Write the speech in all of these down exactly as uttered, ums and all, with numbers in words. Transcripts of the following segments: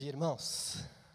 Irmãos,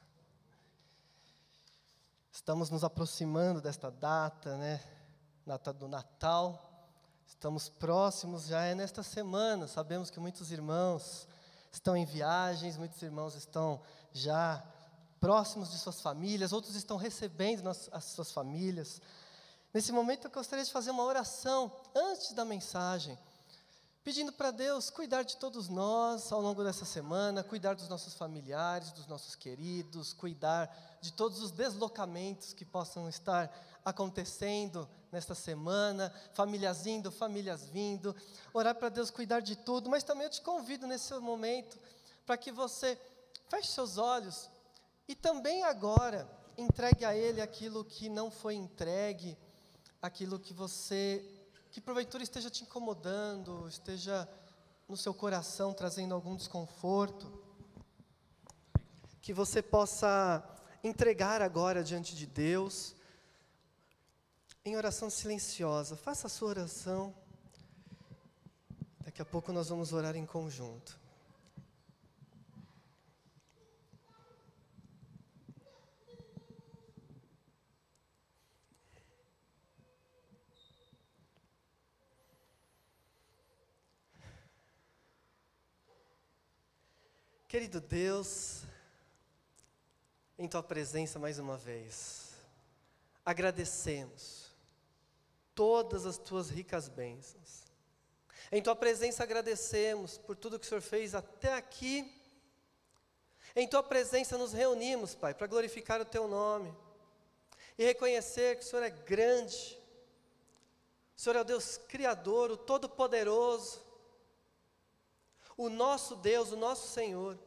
estamos nos aproximando desta data, né? Data do Natal. Estamos próximos, já é nesta semana. Sabemos que muitos irmãos estão em viagens, muitos irmãos estão já próximos de suas famílias, outros estão recebendo as suas famílias. Nesse momento eu gostaria de fazer uma oração antes da mensagem, pedindo para Deus cuidar de todos nós ao longo dessa semana, cuidar dos nossos familiares, dos nossos queridos, cuidar de todos os deslocamentos que possam estar acontecendo nesta semana, famílias indo, famílias vindo, orar para Deus cuidar de tudo, mas também eu te convido nesse momento para que você feche seus olhos e também agora entregue a Ele aquilo que não foi entregue, aquilo que você... que porventura esteja te incomodando, esteja no seu coração trazendo algum desconforto, que você possa entregar agora diante de Deus, em oração silenciosa. Faça a sua oração, daqui a pouco nós vamos orar em conjunto. Querido Deus, em Tua presença mais uma vez, agradecemos todas as Tuas ricas bênçãos. Em Tua presença agradecemos por tudo que o Senhor fez até aqui. Em Tua presença nos reunimos, Pai, para glorificar o Teu nome e reconhecer que o Senhor é grande, o Senhor é o Deus Criador, o Todo-Poderoso, o nosso Deus, o nosso Senhor.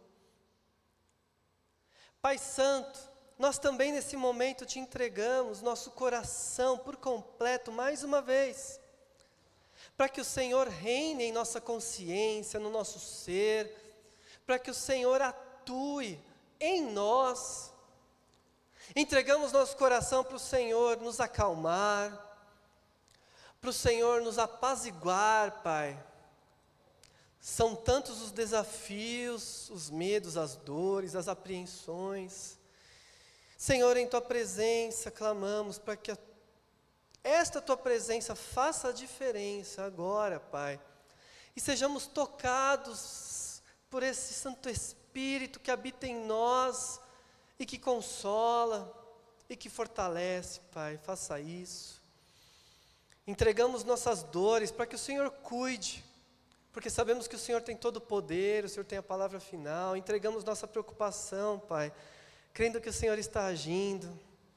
Pai Santo, nós também nesse momento te entregamos nosso coração por completo, mais uma vez, para que o Senhor reine em nossa consciência, no nosso ser, para que o Senhor atue em nós. Entregamos nosso coração para o Senhor nos acalmar, para o Senhor nos apaziguar, Pai. São tantos os desafios, os medos, as dores, as apreensões. Senhor, em Tua presença, clamamos para que a, esta Tua presença faça a diferença agora, Pai. E sejamos tocados por esse Santo Espírito que habita em nós e que consola e que fortalece, Pai. Faça isso. Entregamos nossas dores para que o Senhor cuide, porque sabemos que o Senhor tem todo o poder, o Senhor tem a palavra final. Entregamos nossa preocupação, Pai, crendo que o Senhor está agindo.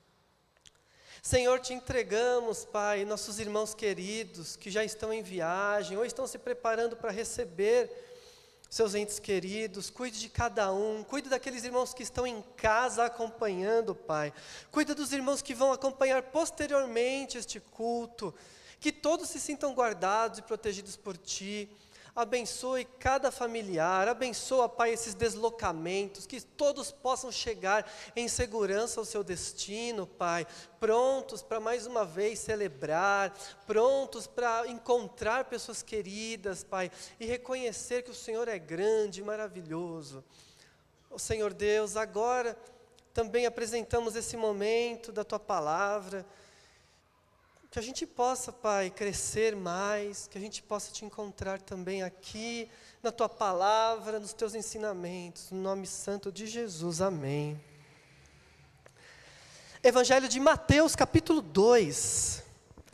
Senhor, te entregamos, Pai, nossos irmãos queridos que já estão em viagem ou estão se preparando para receber seus entes queridos. Cuide de cada um, cuide daqueles irmãos que estão em casa acompanhando, Pai. Cuide dos irmãos que vão acompanhar posteriormente este culto. Que todos se sintam guardados e protegidos por Ti. Abençoe cada familiar, abençoa, Pai, esses deslocamentos, que todos possam chegar em segurança ao seu destino, Pai, prontos para mais uma vez celebrar, prontos para encontrar pessoas queridas, Pai, e reconhecer que o Senhor é grande e maravilhoso. Ó Senhor Deus, agora também apresentamos esse momento da Tua palavra, que a gente possa, Pai, crescer mais, que a gente possa Te encontrar também aqui, na Tua palavra, nos Teus ensinamentos, no nome santo de Jesus, amém. Evangelho de Mateus, capítulo dois.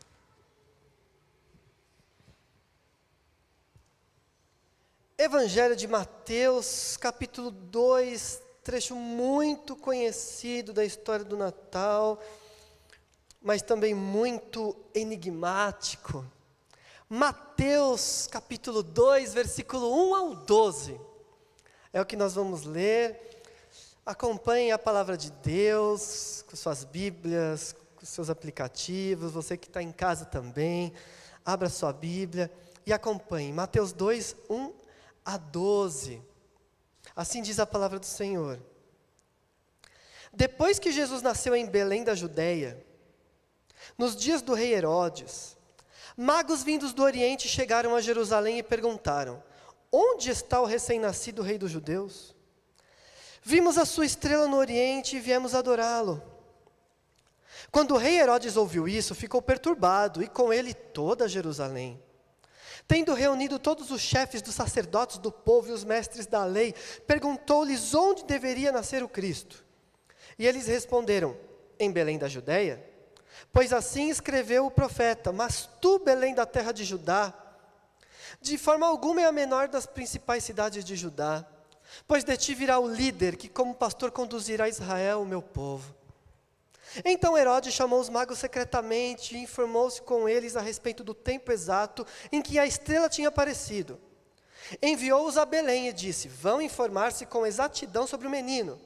Evangelho de Mateus, capítulo dois, trecho muito conhecido da história do Natal, mas também muito enigmático. Mateus capítulo dois, versículo um ao doze, é o que nós vamos ler. Acompanhe a palavra de Deus, com suas bíblias, com seus aplicativos, você que está em casa também, abra sua Bíblia e acompanhe. Mateus dois, um a doze, assim diz a palavra do Senhor. Depois que Jesus nasceu em Belém da Judeia, nos dias do rei Herodes, magos vindos do Oriente chegaram a Jerusalém e perguntaram: onde está o recém-nascido rei dos judeus? Vimos a sua estrela no oriente e viemos adorá-lo. Quando o rei Herodes ouviu isso, ficou perturbado, e com ele toda Jerusalém. Tendo reunido todos os chefes dos sacerdotes do povo e os mestres da lei, perguntou-lhes onde deveria nascer o Cristo. E eles responderam: em Belém da Judéia? Pois assim escreveu o profeta: mas tu, Belém da terra de Judá, de forma alguma é a menor das principais cidades de Judá, pois de ti virá o líder que como pastor conduzirá Israel, o meu povo. Então Herodes chamou os magos secretamente e informou-se com eles a respeito do tempo exato em que a estrela tinha aparecido. Enviou-os a Belém e disse: vão informar-se com exatidão sobre o menino.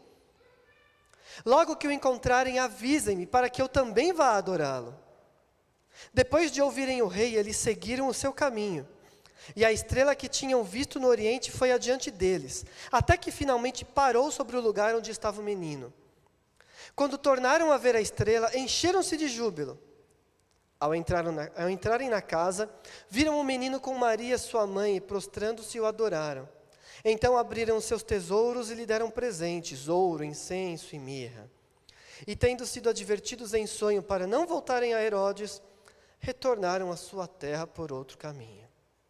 Logo que o encontrarem, avisem-me, para que eu também vá adorá-lo. Depois de ouvirem o rei, eles seguiram o seu caminho. E a estrela que tinham visto no oriente foi adiante deles, até que finalmente parou sobre o lugar onde estava o menino. Quando tornaram a ver a estrela, encheram-se de júbilo. Ao, entraram na, ao entrarem na casa, viram o menino com Maria, sua mãe, e prostrando-se o adoraram. Então abriram seus tesouros e lhe deram presentes, ouro, incenso e mirra. E tendo sido advertidos em sonho para não voltarem a Herodes, retornaram à sua terra por outro caminho.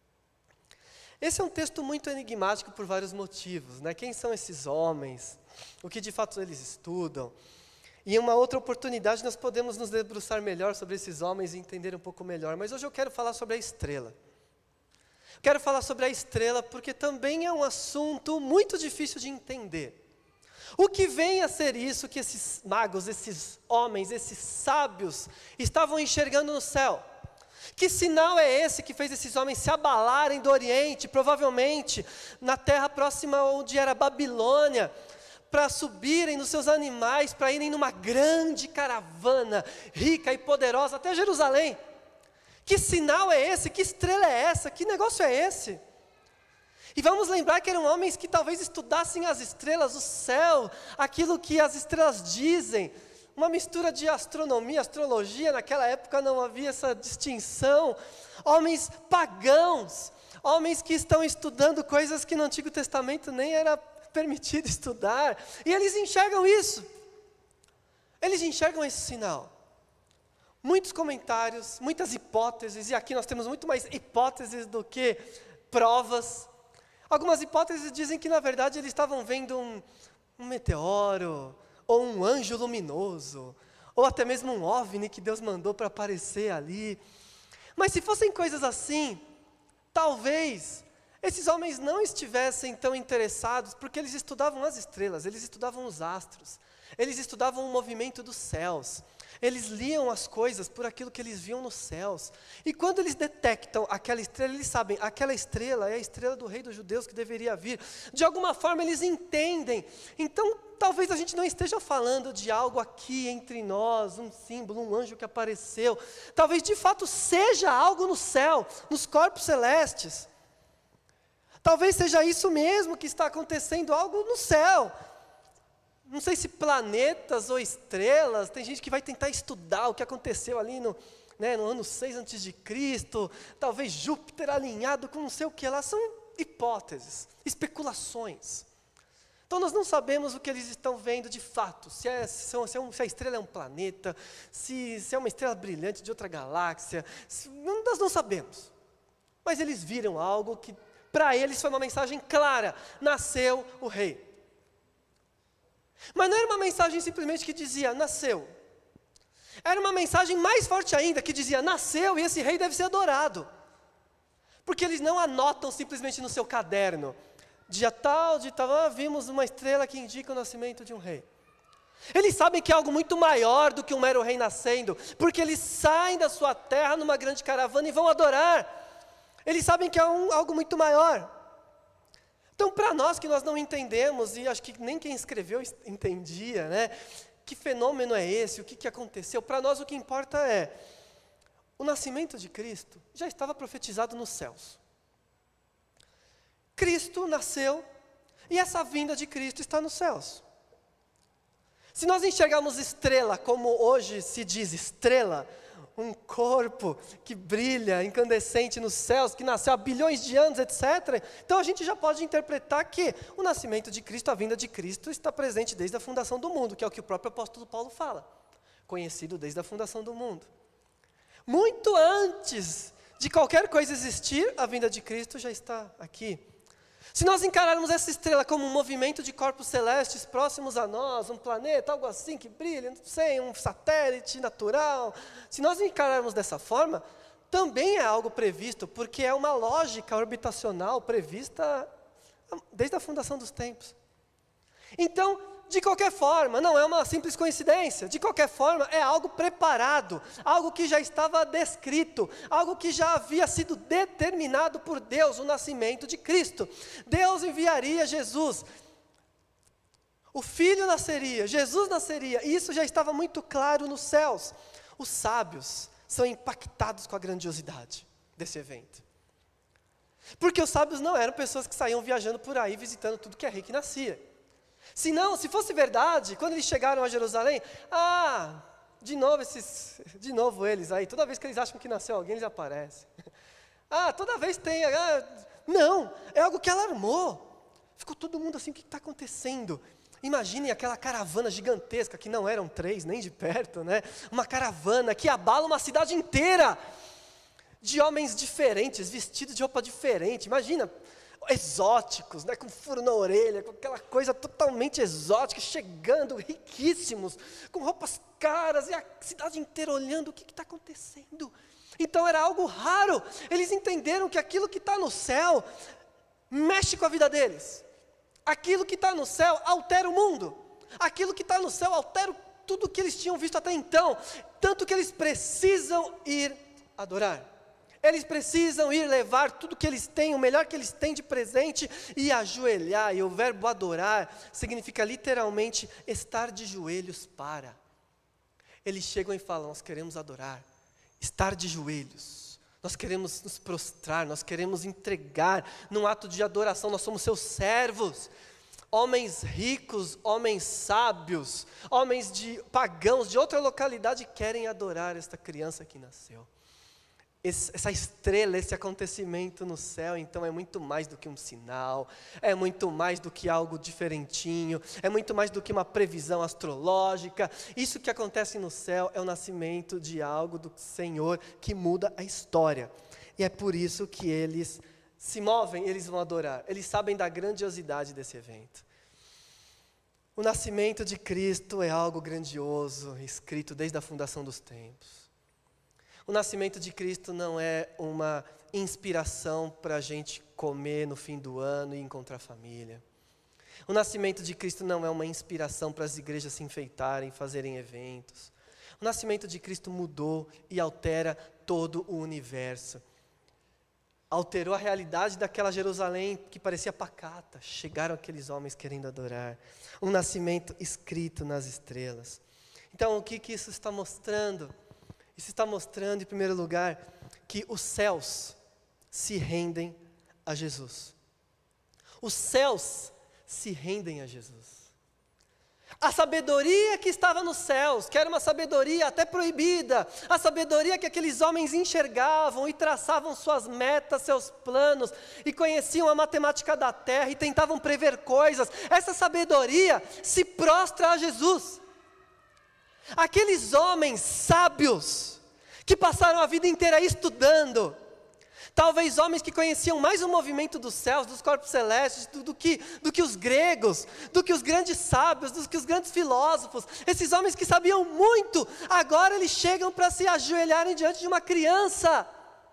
Esse é um texto muito enigmático por vários motivos, né? Quem são esses homens? O que de fato eles estudam? E em uma outra oportunidade nós podemos nos debruçar melhor sobre esses homens e entender um pouco melhor. Mas hoje eu quero falar sobre a estrela. Quero falar sobre a estrela porque também é um assunto muito difícil de entender. O que vem a ser isso que esses magos, esses homens, esses sábios estavam enxergando no céu? Que sinal é esse que fez esses homens se abalarem do Oriente, provavelmente na terra próxima onde era Babilônia, para subirem nos seus animais, para irem numa grande caravana, rica e poderosa, até Jerusalém? Que sinal é esse? Que estrela é essa? Que negócio é esse? E vamos lembrar que eram homens que talvez estudassem as estrelas, o céu, aquilo que as estrelas dizem, uma mistura de astronomia, astrologia, naquela época não havia essa distinção, homens pagãos, homens que estão estudando coisas que no Antigo Testamento nem era permitido estudar, e eles enxergam isso, eles enxergam esse sinal. Muitos comentários, muitas hipóteses, e aqui nós temos muito mais hipóteses do que provas. Algumas hipóteses dizem que na verdade eles estavam vendo um, um meteoro, ou um anjo luminoso, ou até mesmo um OVNI que Deus mandou para aparecer ali. Mas se fossem coisas assim, talvez esses homens não estivessem tão interessados, porque eles estudavam as estrelas, eles estudavam os astros, eles estudavam o movimento dos céus, eles liam as coisas por aquilo que eles viam nos céus. E quando eles detectam aquela estrela, eles sabem, aquela estrela é a estrela do rei dos judeus que deveria vir. De alguma forma eles entendem. Então, talvez a gente não esteja falando de algo aqui entre nós, um símbolo, um anjo que apareceu. Talvez de fato seja algo no céu, nos corpos celestes. Talvez seja isso mesmo que está acontecendo, algo no céu. Não sei se planetas ou estrelas, tem gente que vai tentar estudar o que aconteceu ali no, né, no ano seis antes de Cristo, talvez Júpiter alinhado com não sei o que lá, são hipóteses, especulações. Então nós não sabemos o que eles estão vendo de fato, se, é, se, é um, se a estrela é um planeta, se, se é uma estrela brilhante de outra galáxia, se, não, nós não sabemos. Mas eles viram algo que para eles foi uma mensagem clara: nasceu o rei. Mas não era uma mensagem simplesmente que dizia, nasceu. Era uma mensagem mais forte ainda, que dizia, nasceu e esse rei deve ser adorado. Porque eles não anotam simplesmente no seu caderno, dia tal, dia tal, ah, vimos uma estrela que indica o nascimento de um rei. Eles sabem que é algo muito maior do que um mero rei nascendo, porque eles saem da sua terra numa grande caravana e vão adorar. Eles sabem que é um, algo muito maior. Então, para nós que nós não entendemos, e acho que nem quem escreveu entendia, né? Que fenômeno é esse? O que, que aconteceu? Para nós o que importa é, o nascimento de Cristo já estava profetizado nos céus. Cristo nasceu, e essa vinda de Cristo está nos céus. Se nós enxergarmos estrela, como hoje se diz estrela, um corpo que brilha, incandescente nos céus, que nasceu há bilhões de anos, etcétera. Então a gente já pode interpretar que o nascimento de Cristo, a vinda de Cristo, está presente desde a fundação do mundo, que é o que o próprio apóstolo Paulo fala, conhecido desde a fundação do mundo. Muito antes de qualquer coisa existir, a vinda de Cristo já está aqui. Se nós encararmos essa estrela como um movimento de corpos celestes próximos a nós, um planeta, algo assim que brilha, não sei, um satélite natural, se nós encararmos dessa forma, também é algo previsto, porque é uma lógica orbitacional prevista desde a fundação dos tempos. Então, de qualquer forma, não é uma simples coincidência, de qualquer forma é algo preparado, algo que já estava descrito, algo que já havia sido determinado por Deus, o nascimento de Cristo. Deus enviaria Jesus, o Filho nasceria, Jesus nasceria, e isso já estava muito claro nos céus. Os sábios são impactados com a grandiosidade desse evento. Porque os sábios não eram pessoas que saíam viajando por aí, visitando tudo que é rei que nascia. Se não, se fosse verdade, quando eles chegaram a Jerusalém, ah, de novo esses, de novo eles aí, toda vez que eles acham que nasceu alguém, eles aparecem. Ah, toda vez tem, ah, não, é algo que alarmou. Ficou todo mundo assim, o que está acontecendo? Imaginem aquela caravana gigantesca, que não eram três, nem de perto, né? Uma caravana que abala uma cidade inteira, de homens diferentes, vestidos de roupa diferente, imagina, exóticos, né, com furo na orelha, com aquela coisa totalmente exótica, chegando, riquíssimos, com roupas caras, e a cidade inteira olhando, o que está acontecendo? Então era algo raro, eles entenderam que aquilo que está no céu, mexe com a vida deles, aquilo que está no céu altera o mundo, aquilo que está no céu altera tudo o que eles tinham visto até então, tanto que eles precisam ir adorar. Eles precisam ir levar tudo que eles têm, o melhor que eles têm de presente, e ajoelhar. E o verbo adorar significa literalmente estar de joelhos para. Eles chegam e falam, nós queremos adorar, estar de joelhos. Nós queremos nos prostrar, nós queremos entregar num ato de adoração, nós somos seus servos. Homens ricos, homens sábios, homens de pagãos de outra localidade querem adorar esta criança que nasceu. Essa estrela, esse acontecimento no céu, então é muito mais do que um sinal, é muito mais do que algo diferentinho, é muito mais do que uma previsão astrológica. Isso que acontece no céu é o nascimento de algo do Senhor que muda a história. E é por isso que eles se movem, eles vão adorar, eles sabem da grandiosidade desse evento. O nascimento de Cristo é algo grandioso, escrito desde a fundação dos tempos. O nascimento de Cristo não é uma inspiração para a gente comer no fim do ano e encontrar família. O nascimento de Cristo não é uma inspiração para as igrejas se enfeitarem, fazerem eventos. O nascimento de Cristo mudou e altera todo o universo. Alterou a realidade daquela Jerusalém que parecia pacata. Chegaram aqueles homens querendo adorar. Um nascimento escrito nas estrelas. Então, o que, que isso está mostrando? Isso está mostrando, em primeiro lugar, que os céus se rendem a Jesus. Os céus se rendem a Jesus. A sabedoria que estava nos céus, que era uma sabedoria até proibida, a sabedoria que aqueles homens enxergavam e traçavam suas metas, seus planos, e conheciam a matemática da terra e tentavam prever coisas, essa sabedoria se prostra a Jesus. Aqueles homens sábios, que passaram a vida inteira estudando, talvez homens que conheciam mais o movimento dos céus, dos corpos celestes, do, do, que, do que os gregos, do que os grandes sábios, do que os grandes filósofos, esses homens que sabiam muito, agora eles chegam para se ajoelharem diante de uma criança,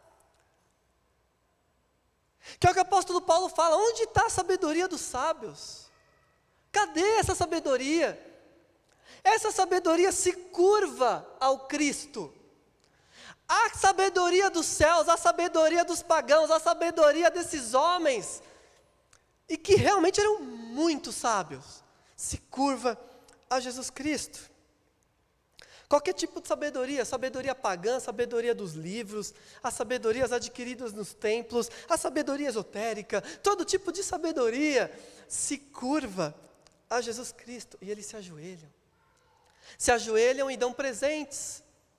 que é o que o apóstolo Paulo fala, onde está a sabedoria dos sábios? Cadê essa sabedoria? Essa sabedoria se curva ao Cristo. A sabedoria dos céus, a sabedoria dos pagãos, a sabedoria desses homens, e que realmente eram muito sábios, se curva a Jesus Cristo. Qualquer tipo de sabedoria, sabedoria pagã, sabedoria dos livros, as sabedorias adquiridas nos templos, a sabedoria esotérica, todo tipo de sabedoria se curva a Jesus Cristo, e eles se ajoelham. Se ajoelham e dão presentes.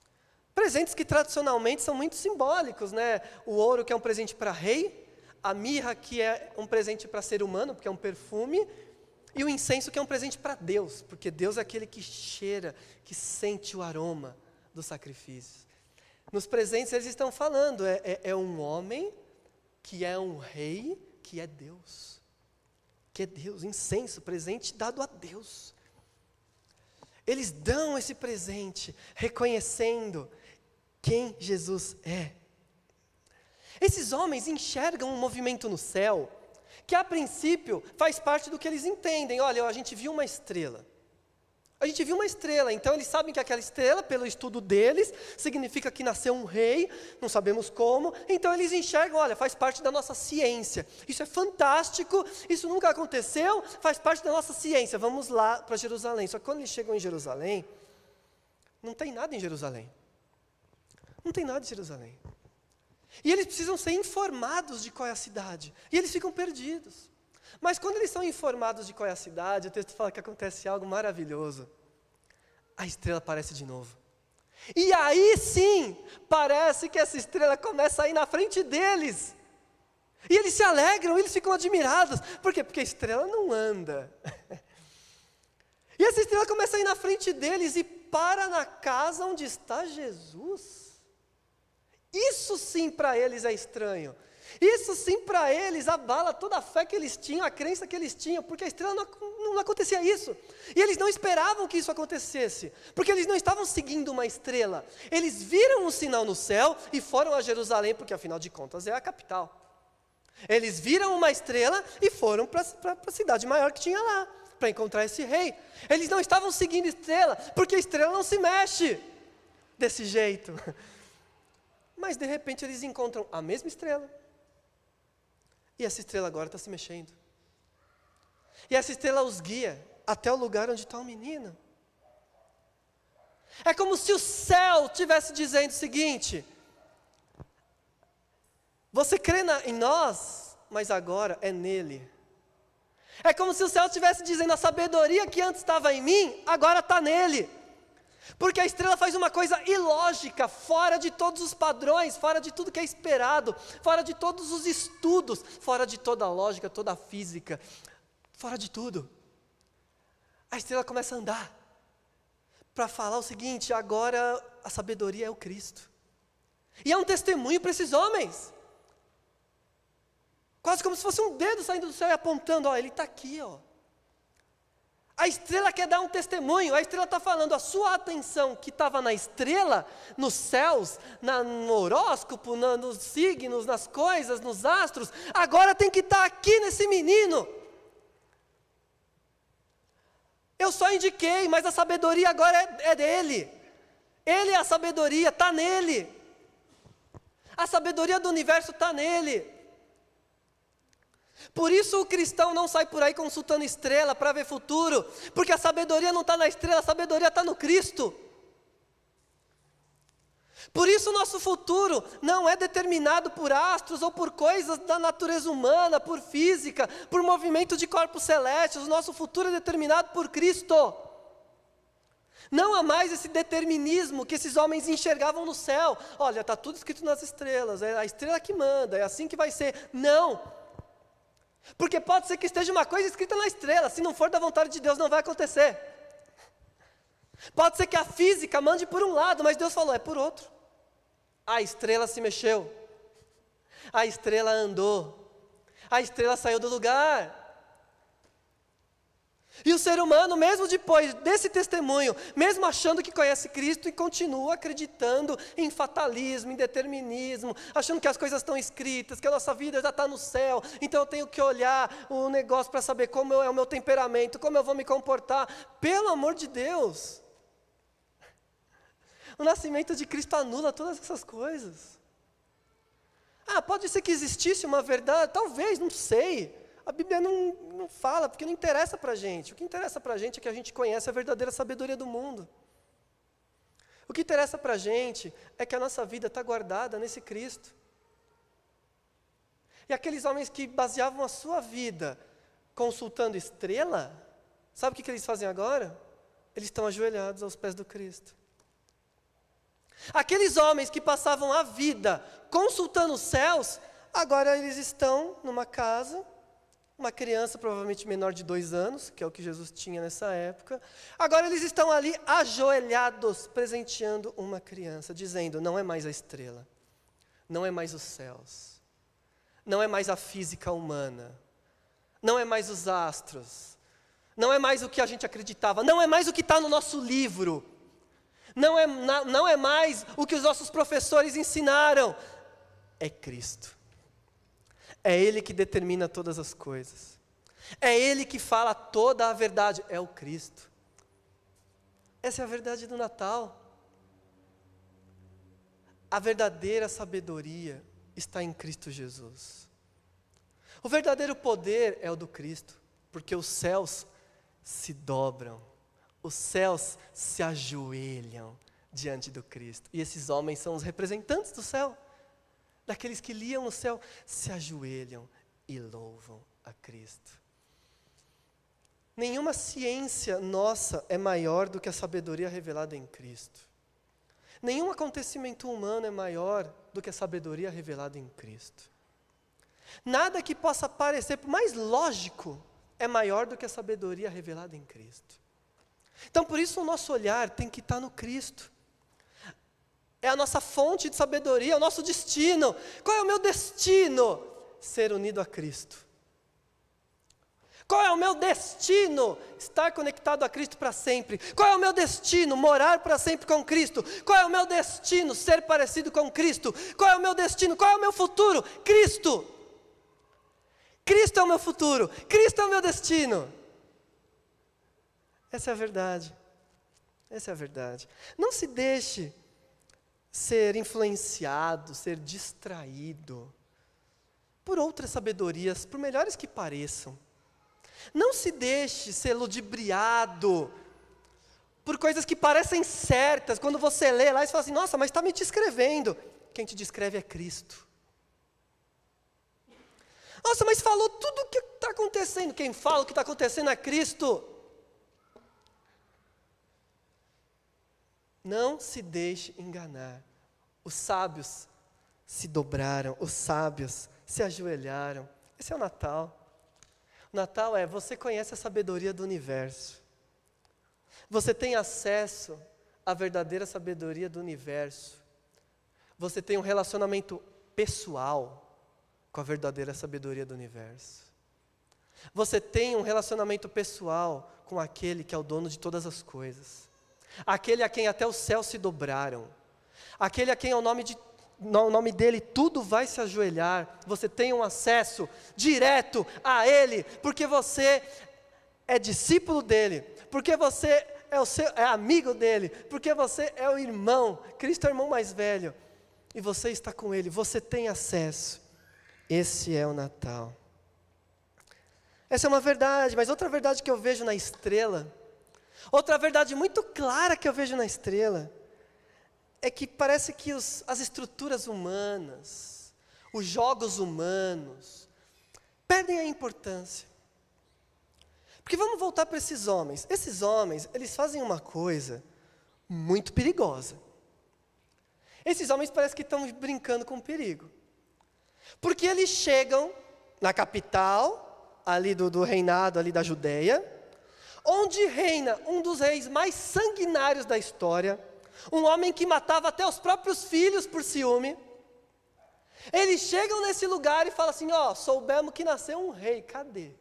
Presentes que tradicionalmente são muito simbólicos, né? O ouro, que é um presente para rei, a mirra, que é um presente para ser humano, porque é um perfume, e o incenso, que é um presente para Deus, porque Deus é aquele que cheira, que sente o aroma do sacrifício. Nos presentes eles estão falando, é, é, é um homem que é um rei, que é Deus. Que é Deus, incenso, presente dado a Deus. Eles dão esse presente, reconhecendo quem Jesus é. Esses homens enxergam um movimento no céu, que a princípio faz parte do que eles entendem. Olha, a gente viu uma estrela. A gente viu uma estrela, então eles sabem que aquela estrela, pelo estudo deles, significa que nasceu um rei, não sabemos como, então eles enxergam, olha, faz parte da nossa ciência. Isso é fantástico, isso nunca aconteceu, faz parte da nossa ciência, vamos lá para Jerusalém. Só que quando eles chegam em Jerusalém, não tem nada em Jerusalém. Não tem nada em Jerusalém. E eles precisam ser informados de qual é a cidade, e eles ficam perdidos. Mas quando eles são informados de qual é a cidade, o texto fala que acontece algo maravilhoso. A estrela aparece de novo. E aí sim, parece que essa estrela começa a ir na frente deles. E eles se alegram, eles ficam admirados. Por quê? Porque a estrela não anda. E essa estrela começa a ir na frente deles e para na casa onde está Jesus. Isso sim para eles é estranho. Isso sim para eles abala toda a fé que eles tinham, a crença que eles tinham, porque a estrela não, não acontecia isso. E eles não esperavam que isso acontecesse, porque eles não estavam seguindo uma estrela. Eles viram um sinal no céu e foram a Jerusalém, porque afinal de contas é a capital. Eles viram uma estrela e foram para a cidade maior que tinha lá, para encontrar esse rei. Eles não estavam seguindo estrela, porque a estrela não se mexe desse jeito. Mas de repente eles encontram a mesma estrela. E essa estrela agora está se mexendo. E essa estrela os guia até o lugar onde está o menino. É como se o céu estivesse dizendo o seguinte: você crê na, em nós, mas agora é nele. É como se o céu estivesse dizendo: a sabedoria que antes estava em mim, agora está nele. Porque a estrela faz uma coisa ilógica, fora de todos os padrões, fora de tudo que é esperado, fora de todos os estudos, fora de toda a lógica, toda a física, fora de tudo. A estrela começa a andar, para falar o seguinte: agora a sabedoria é o Cristo. E é um testemunho para esses homens. Quase como se fosse um dedo saindo do céu e apontando: ó, ele está aqui, ó. A estrela quer dar um testemunho, a estrela está falando, a sua atenção que estava na estrela, nos céus, na, no horóscopo, na, nos signos, nas coisas, nos astros, agora tem que estar aqui nesse menino. Eu só indiquei, mas a sabedoria agora é, é dele. Ele é a sabedoria, está nele. A sabedoria do universo está nele. Por isso o cristão não sai por aí consultando estrela para ver futuro, porque a sabedoria não está na estrela, a sabedoria está no Cristo. Por isso o nosso futuro não é determinado por astros ou por coisas da natureza humana, por física, por movimento de corpos celestes. O nosso futuro é determinado por Cristo. Não há mais esse determinismo que esses homens enxergavam no céu. Olha, está tudo escrito nas estrelas, é a estrela que manda, é assim que vai ser. Não. Porque pode ser que esteja uma coisa escrita na estrela, se não for da vontade de Deus não vai acontecer. Pode ser que a física mande por um lado, mas Deus falou, é por outro. A estrela se mexeu, a estrela andou, a estrela saiu do lugar. E o ser humano, mesmo depois desse testemunho, mesmo achando que conhece Cristo, e continua acreditando em fatalismo, em determinismo, achando que as coisas estão escritas, que a nossa vida já está no céu, então eu tenho que olhar o negócio para saber como é o meu temperamento, como eu vou me comportar. Pelo amor de Deus! O nascimento de Cristo anula todas essas coisas. Ah, pode ser que existisse uma verdade, talvez, não sei. A Bíblia não, não fala, porque não interessa para a gente. O que interessa para a gente é que a gente conhece a verdadeira sabedoria do mundo. O que interessa para a gente é que a nossa vida está guardada nesse Cristo. E aqueles homens que baseavam a sua vida consultando estrela, sabe o que, que eles fazem agora? Eles estão ajoelhados aos pés do Cristo. Aqueles homens que passavam a vida consultando os céus, agora eles estão numa casa, uma criança provavelmente menor de dois anos, que é o que Jesus tinha nessa época. Agora eles estão ali ajoelhados, presenteando uma criança, dizendo: não é mais a estrela, não é mais os céus, não é mais a física humana, não é mais os astros, não é mais o que a gente acreditava, não é mais o que está no nosso livro, não é, não é mais o que os nossos professores ensinaram, é Cristo. É Ele que determina todas as coisas. É Ele que fala toda a verdade. É o Cristo. Essa é a verdade do Natal. A verdadeira sabedoria está em Cristo Jesus. O verdadeiro poder é o do Cristo, porque os céus se dobram, os céus se ajoelham diante do Cristo. E esses homens são os representantes do céu. Daqueles que liam o céu, se ajoelham e louvam a Cristo. Nenhuma ciência nossa é maior do que a sabedoria revelada em Cristo. Nenhum acontecimento humano é maior do que a sabedoria revelada em Cristo. Nada que possa parecer mais lógico é maior do que a sabedoria revelada em Cristo. Então, por isso o nosso olhar tem que estar no Cristo. É a nossa fonte de sabedoria, é o nosso destino. Qual é o meu destino? Ser unido a Cristo. Qual é o meu destino? Estar conectado a Cristo para sempre. Qual é o meu destino? Morar para sempre com Cristo. Qual é o meu destino? Ser parecido com Cristo. Qual é o meu destino? Qual é o meu futuro? Cristo. Cristo é o meu futuro. Cristo é o meu destino. Essa é a verdade. Essa é a verdade. Não se deixe ser influenciado, ser distraído por outras sabedorias, por melhores que pareçam. Não se deixe ser ludibriado por coisas que parecem certas. Quando você lê lá, você fala assim: nossa, mas está me descrevendo. Quem te descreve é Cristo. Nossa, mas falou tudo o que está acontecendo. Quem fala o que está acontecendo é Cristo. Não se deixe enganar. Os sábios se dobraram, os sábios se ajoelharam. Esse é o Natal. O Natal é: você conhece a sabedoria do universo. Você tem acesso à verdadeira sabedoria do universo. Você tem um relacionamento pessoal com a verdadeira sabedoria do universo. Você tem um relacionamento pessoal com aquele que é o dono de todas as coisas. Aquele a quem até os céus se dobraram, aquele a quem ao nome, de, no nome dele tudo vai se ajoelhar. Você tem um acesso direto a Ele, porque você é discípulo dele, porque você é, o seu, é amigo dele, porque você é o irmão, Cristo é o irmão mais velho, e você está com Ele, você tem acesso. Esse é o Natal. Essa é uma verdade, mas outra verdade que eu vejo na estrela, outra verdade muito clara que eu vejo na estrela, é que parece que os, as estruturas humanas, os jogos humanos, perdem a importância. Porque vamos voltar para esses homens. Esses homens, eles fazem uma coisa muito perigosa. Esses homens parecem que estão brincando com perigo. Porque eles chegam na capital, ali do, do reinado ali da Judeia, onde reina um dos reis mais sanguinários da história, um homem que matava até os próprios filhos por ciúme. Eles chegam nesse lugar e falam assim: ó, soubemos que nasceu um rei, cadê?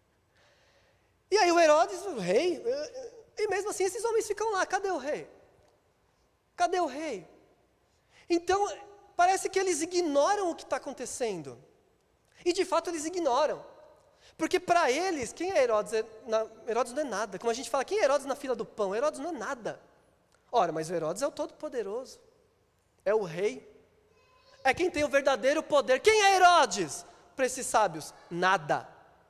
E aí o Herodes, o rei, e mesmo assim esses homens ficam lá: cadê o rei? Cadê o rei? Então, parece que eles ignoram o que está acontecendo. E de fato eles ignoram. Porque para eles, quem é Herodes? É, na, Herodes não é nada. Como a gente fala, quem é Herodes na fila do pão? Herodes não é nada. Ora, mas o Herodes é o Todo-Poderoso. É o rei. É quem tem o verdadeiro poder. Quem é Herodes? Para esses sábios, nada.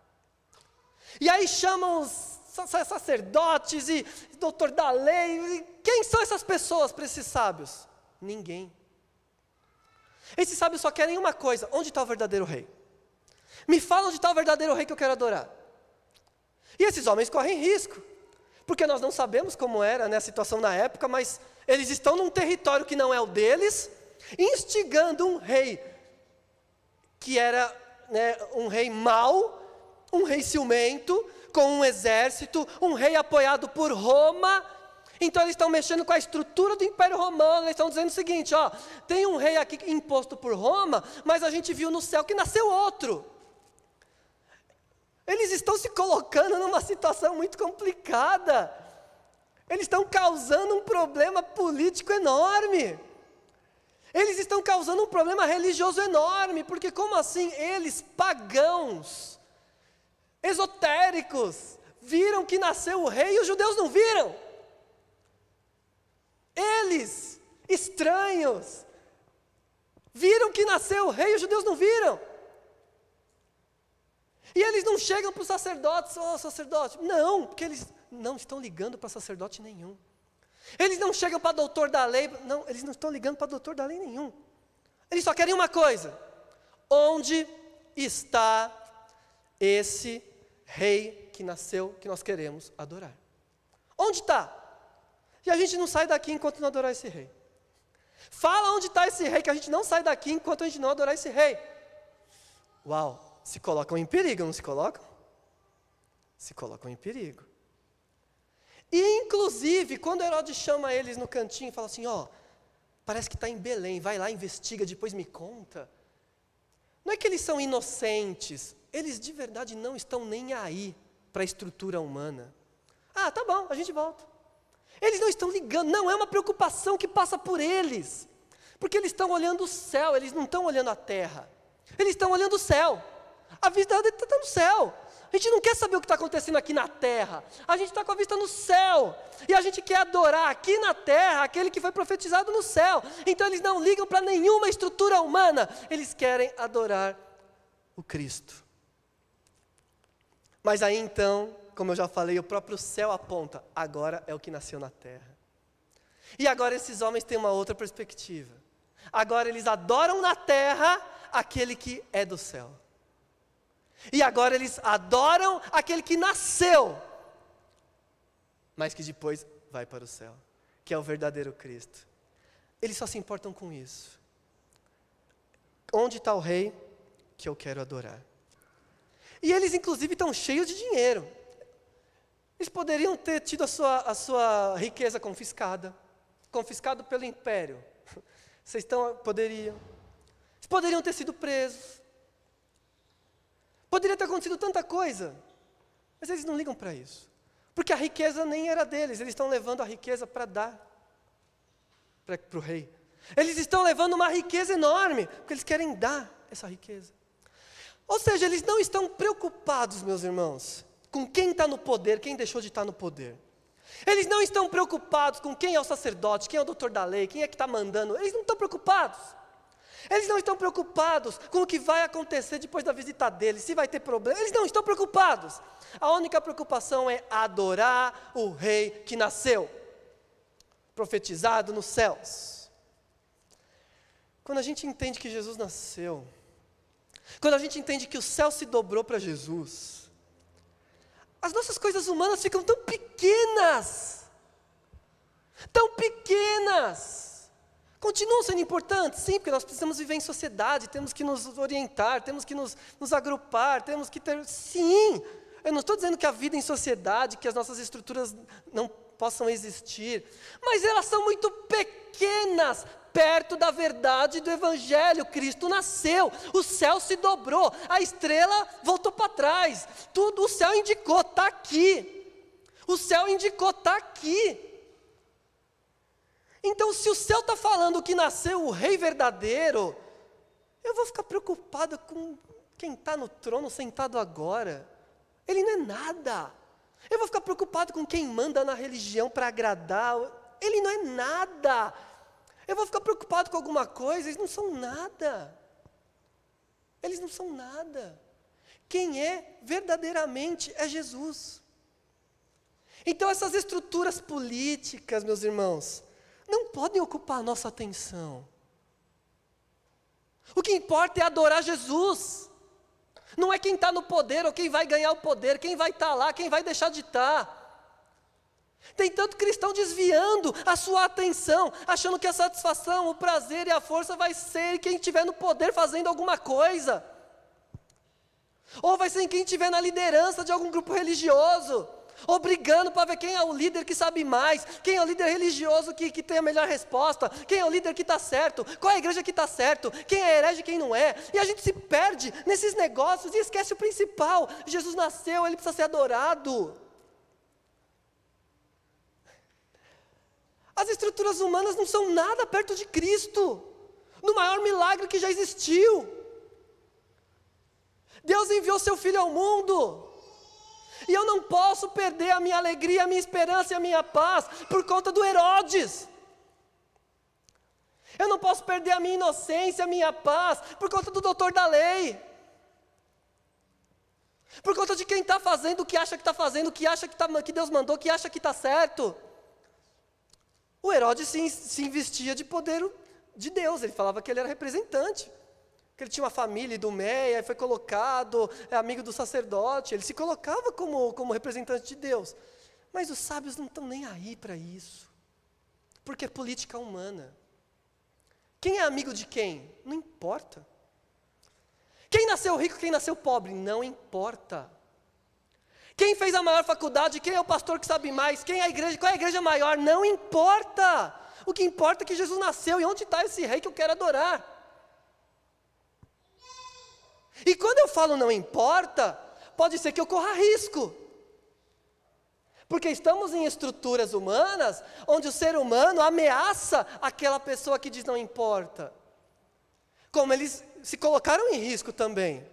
E aí chamam os sacerdotes e doutor da lei. E quem são essas pessoas para esses sábios? Ninguém. Esses sábios só querem uma coisa: onde está o verdadeiro rei? Me fala onde está o verdadeiro rei que eu quero adorar. E esses homens correm risco, porque nós não sabemos como era, né, a situação na época, mas eles estão num território que não é o deles, instigando um rei, que era, né, um rei mau, um rei ciumento, com um exército, um rei apoiado por Roma. Então eles estão mexendo com a estrutura do Império Romano, eles estão dizendo o seguinte, ó, tem um rei aqui imposto por Roma, mas a gente viu no céu que nasceu outro. Eles estão se colocando numa situação muito complicada. Eles estão causando um problema político enorme. Eles estão causando um problema religioso enorme, porque como assim eles, pagãos, esotéricos, viram que nasceu o rei e os judeus não viram? Eles, estranhos, viram que nasceu o rei e os judeus não viram. E eles não chegam para os sacerdotes, ó, oh, sacerdote, não, porque eles não estão ligando para sacerdote nenhum. Eles não chegam para doutor da lei, não, eles não estão ligando para doutor da lei nenhum. Eles só querem uma coisa: onde está esse rei que nasceu, que nós queremos adorar? Onde está? E a gente não sai daqui enquanto não adorar esse rei. Fala onde está esse rei, que a gente não sai daqui enquanto a gente não adorar esse rei. Uau, se colocam em perigo, não se colocam? Se colocam em perigo. E inclusive, quando Herodes chama eles no cantinho e fala assim, ó, parece que está em Belém, vai lá, investiga, depois me conta. Não é que eles são inocentes, eles de verdade não estão nem aí para a estrutura humana. Ah, tá bom, a gente volta. Eles não estão ligando, não é uma preocupação que passa por eles, porque eles estão olhando o céu, eles não estão olhando a terra, eles estão olhando o céu, a vista está no céu. A gente não quer saber o que está acontecendo aqui na terra, a gente está com a vista no céu, e a gente quer adorar aqui na terra aquele que foi profetizado no céu. Então eles não ligam para nenhuma estrutura humana, eles querem adorar o Cristo. Mas aí então, como eu já falei, o próprio céu aponta, agora é o que nasceu na terra. E agora esses homens têm uma outra perspectiva. Agora eles adoram na terra aquele que é do céu. E agora eles adoram aquele que nasceu, mas que depois vai para o céu, que é o verdadeiro Cristo. Eles só se importam com isso. Onde está o rei que eu quero adorar? E eles inclusive estão cheios de dinheiro. Eles poderiam ter tido a sua, a sua riqueza confiscada, confiscado pelo império. Vocês estão, poderiam. Eles poderiam ter sido presos. Poderia ter acontecido tanta coisa, mas eles não ligam para isso. Porque a riqueza nem era deles, eles estão levando a riqueza para dar para o rei. Eles estão levando uma riqueza enorme, porque eles querem dar essa riqueza. Ou seja, eles não estão preocupados, meus irmãos, com quem está no poder, quem deixou de estar no poder. Eles não estão preocupados com quem é o sacerdote, quem é o doutor da lei, quem é que está mandando. Eles não estão preocupados. Eles não estão preocupados com o que vai acontecer depois da visita deles, se vai ter problema. Eles não estão preocupados. A única preocupação é adorar o rei que nasceu, profetizado nos céus. Quando a gente entende que Jesus nasceu, quando a gente entende que o céu se dobrou para Jesus, as nossas coisas humanas ficam tão pequenas, tão pequenas. Continuam sendo importantes, sim, porque nós precisamos viver em sociedade, temos que nos orientar, temos que nos, nos agrupar, temos que ter, sim, eu não estou dizendo que a vida em sociedade, que as nossas estruturas não possam existir, mas elas são muito pequenas, perto da verdade do Evangelho. Cristo nasceu, o céu se dobrou, a estrela voltou para trás, tudo, o céu indicou, está aqui, o céu indicou, está aqui. Então, se o céu está falando que nasceu o rei verdadeiro, eu vou ficar preocupado com quem está no trono sentado agora. Ele não é nada. Eu vou ficar preocupado com quem manda na religião para agradar. Ele não é nada. Eu vou ficar preocupado com alguma coisa. Eles não são nada. Eles não são nada. Quem é verdadeiramente é Jesus. Então, essas estruturas políticas, meus irmãos, não podem ocupar a nossa atenção. O que importa é adorar Jesus. Não é quem está no poder ou quem vai ganhar o poder, quem vai estar lá, quem vai deixar de estar. Tem tanto cristão desviando a sua atenção, achando que a satisfação, o prazer e a força vai ser quem estiver no poder fazendo alguma coisa. Ou vai ser quem estiver na liderança de algum grupo religioso, ou brigando para ver quem é o líder que sabe mais, quem é o líder religioso que, que tem a melhor resposta, quem é o líder que está certo, qual é a igreja que está certo, quem é herege e quem não é. E a gente se perde nesses negócios e esquece o principal. Jesus nasceu, Ele precisa ser adorado. As estruturas humanas não são nada perto de Cristo, no maior milagre que já existiu. Deus enviou seu Filho ao mundo, e eu não posso perder a minha alegria, a minha esperança e a minha paz por conta do Herodes. Eu não posso perder a minha inocência, a minha paz por conta do doutor da lei, por conta de quem está fazendo o que acha que está fazendo, o que acha que, tá, que Deus mandou, que acha que está certo. O Herodes se, se investia de poder de Deus, ele falava que ele era representante, que ele tinha uma família idumeia, foi colocado, é amigo do sacerdote, ele se colocava como, como representante de Deus. Mas os sábios não estão nem aí para isso, porque é política humana. Quem é amigo de quem? Não importa. Quem nasceu rico, quem nasceu pobre? Não importa. Quem fez a maior faculdade, quem é o pastor que sabe mais, quem é a igreja, qual é a igreja maior? Não importa. O que importa é que Jesus nasceu e onde está esse rei que eu quero adorar. E quando eu falo não importa, pode ser que eu corra risco. Porque estamos em estruturas humanas, onde o ser humano ameaça aquela pessoa que diz não importa. Como eles se colocaram em risco também.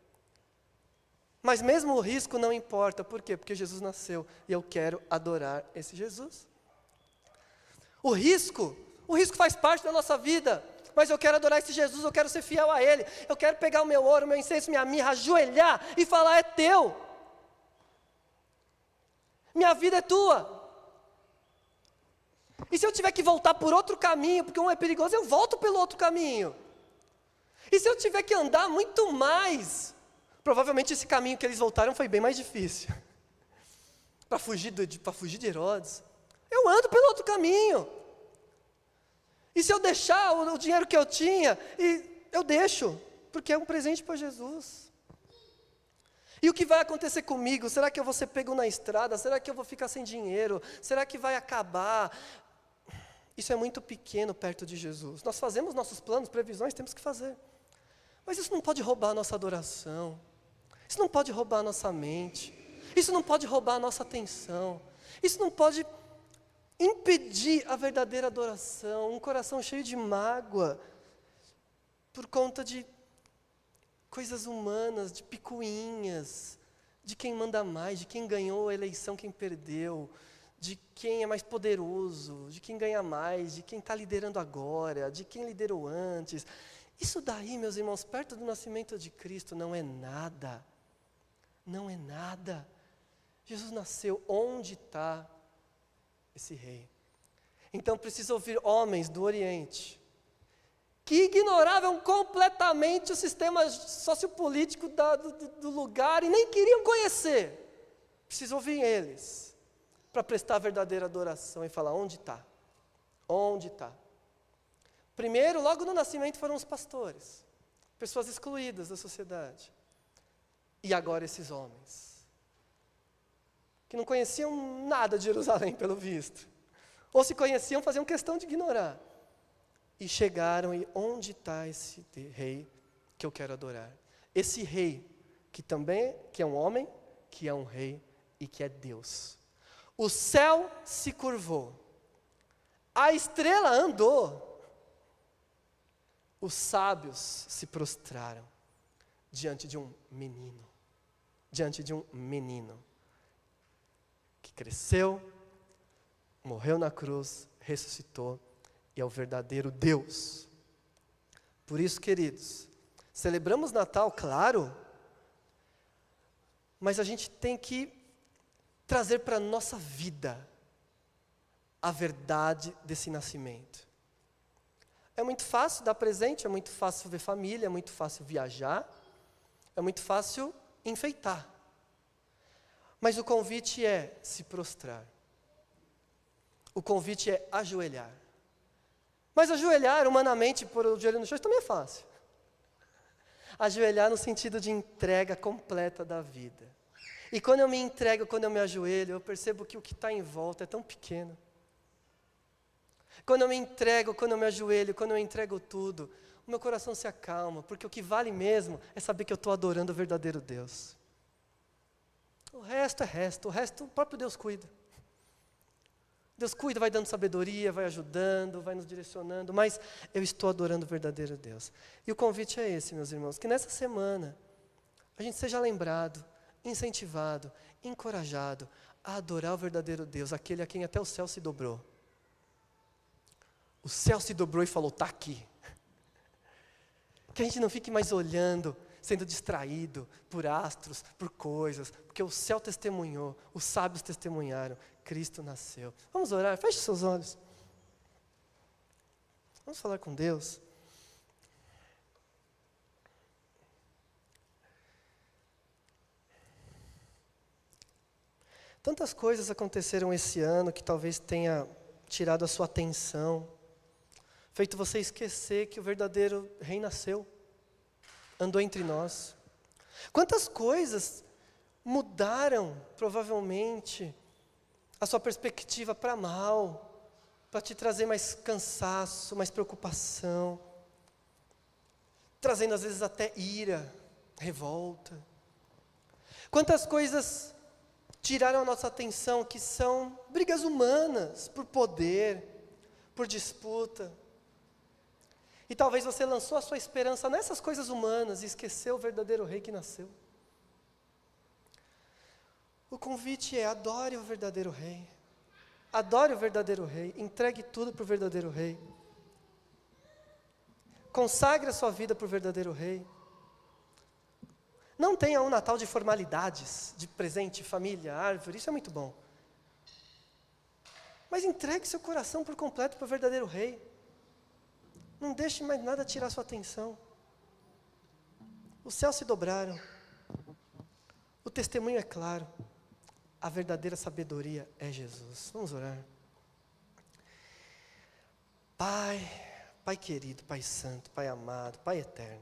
Mas mesmo o risco não importa, por quê? Porque Jesus nasceu e eu quero adorar esse Jesus. O risco, o risco faz parte da nossa vida, mas eu quero adorar esse Jesus, eu quero ser fiel a Ele, eu quero pegar o meu ouro, o meu incenso, minha mirra, ajoelhar e falar, é teu. Minha vida é tua. E se eu tiver que voltar por outro caminho, porque um é perigoso, eu volto pelo outro caminho. E se eu tiver que andar muito mais, provavelmente esse caminho que eles voltaram foi bem mais difícil. Para fugir, para fugir de Herodes, eu ando pelo outro caminho. E se eu deixar o, o dinheiro que eu tinha, e eu deixo, porque é um presente para Jesus. E o que vai acontecer comigo? Será que eu vou ser pego na estrada? Será que eu vou ficar sem dinheiro? Será que vai acabar? Isso é muito pequeno perto de Jesus. Nós fazemos nossos planos, previsões, temos que fazer. Mas isso não pode roubar a nossa adoração. Isso não pode roubar a nossa mente. Isso não pode roubar a nossa atenção. Isso não pode impedir a verdadeira adoração. Um coração cheio de mágoa por conta de coisas humanas, de picuinhas, de quem manda mais, de quem ganhou a eleição, quem perdeu, de quem é mais poderoso, de quem ganha mais, de quem está liderando agora, de quem liderou antes. Isso daí, meus irmãos, perto do nascimento de Cristo, não é nada. Não é nada. Jesus nasceu, onde está esse rei? Então preciso ouvir homens do Oriente, que ignoravam completamente o sistema sociopolítico da, do, do lugar e nem queriam conhecer. Preciso ouvir eles, para prestar a verdadeira adoração e falar, onde está? Onde está? Primeiro, logo no nascimento foram os pastores, pessoas excluídas da sociedade. E agora esses homens, que não conheciam nada de Jerusalém, pelo visto. Ou se conheciam, faziam questão de ignorar. E chegaram e onde está esse rei que eu quero adorar? Esse rei, que também que é um homem, que é um rei e que é Deus. O céu se curvou, a estrela andou, os sábios se prostraram diante de um menino, diante de um menino que cresceu, morreu na cruz, ressuscitou e é o verdadeiro Deus. Por isso, queridos, celebramos Natal, claro, mas a gente tem que trazer para a nossa vida a verdade desse nascimento. É muito fácil dar presente, é muito fácil ver família, é muito fácil viajar, é muito fácil enfeitar. Mas o convite é se prostrar. O convite é ajoelhar. Mas ajoelhar, humanamente, por o joelho no chão, também é fácil. Ajoelhar no sentido de entrega completa da vida. E quando eu me entrego, quando eu me ajoelho, eu percebo que o que está em volta é tão pequeno. Quando eu me entrego, quando eu me ajoelho, quando eu entrego tudo, o meu coração se acalma, porque o que vale mesmo é saber que eu estou adorando o verdadeiro Deus. O resto é resto, o resto o próprio Deus cuida. Deus cuida, vai dando sabedoria, vai ajudando, vai nos direcionando, mas eu estou adorando o verdadeiro Deus. E o convite é esse, meus irmãos, que nessa semana a gente seja lembrado, incentivado, encorajado a adorar o verdadeiro Deus, aquele a quem até o céu se dobrou. O céu se dobrou e falou, está aqui. Que a gente não fique mais olhando, sendo distraído por astros, por coisas, porque o céu testemunhou, os sábios testemunharam, Cristo nasceu. Vamos orar, feche seus olhos. Vamos falar com Deus. Tantas coisas aconteceram esse ano que talvez tenha tirado a sua atenção, feito você esquecer que o verdadeiro rei nasceu, andou entre nós. Quantas coisas mudaram, provavelmente, a sua perspectiva para mal, para te trazer mais cansaço, mais preocupação, trazendo às vezes até ira, revolta. Quantas coisas tiraram a nossa atenção, que são brigas humanas, por poder, por disputa. E talvez você lançou a sua esperança nessas coisas humanas e esqueceu o verdadeiro rei que nasceu. O convite é: adore o verdadeiro rei. Adore o verdadeiro rei. Entregue tudo para o verdadeiro rei. Consagre a sua vida para o verdadeiro rei. Não tenha um Natal de formalidades, de presente, família, árvore, isso é muito bom. Mas entregue seu coração por completo para o verdadeiro rei. Não deixe mais nada tirar sua atenção. Os céus se dobraram. O testemunho é claro. A verdadeira sabedoria é Jesus. Vamos orar. Pai, Pai querido, Pai santo, Pai amado, Pai eterno.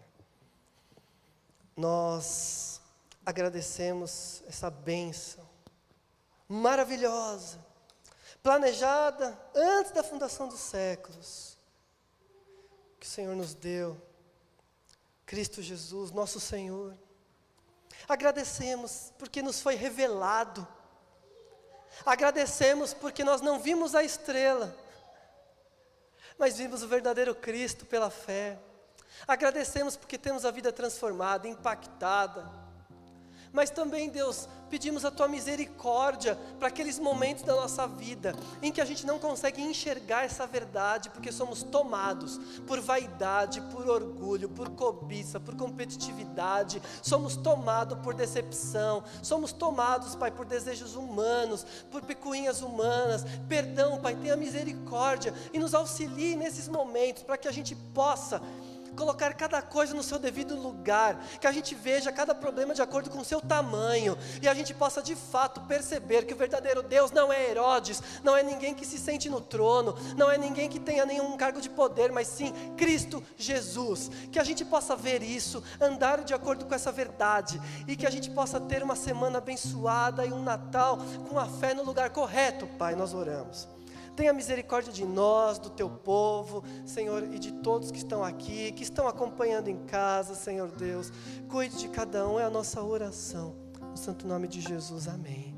Nós agradecemos essa bênção maravilhosa, planejada antes da fundação dos séculos, que o Senhor nos deu, Cristo Jesus, nosso Senhor. Agradecemos porque nos foi revelado, agradecemos porque nós não vimos a estrela, mas vimos o verdadeiro Cristo pela fé. Agradecemos porque temos a vida transformada, impactada. Mas também, Deus, pedimos a Tua misericórdia para aqueles momentos da nossa vida em que a gente não consegue enxergar essa verdade, porque somos tomados por vaidade, por orgulho, por cobiça, por competitividade, somos tomados por decepção, somos tomados, Pai, por desejos humanos, por picuinhas humanas. Perdão, Pai, tenha misericórdia e nos auxilie nesses momentos para que a gente possa colocar cada coisa no seu devido lugar, que a gente veja cada problema de acordo com o seu tamanho, e a gente possa de fato perceber que o verdadeiro Deus não é Herodes, não é ninguém que se sente no trono, não é ninguém que tenha nenhum cargo de poder, mas sim Cristo Jesus. Que a gente possa ver isso, andar de acordo com essa verdade, e que a gente possa ter uma semana abençoada e um Natal com a fé no lugar correto. Pai, nós oramos. Tenha misericórdia de nós, do Teu povo, Senhor, e de todos que estão aqui, que estão acompanhando em casa, Senhor Deus. Cuide de cada um, é a nossa oração. No santo nome de Jesus, amém.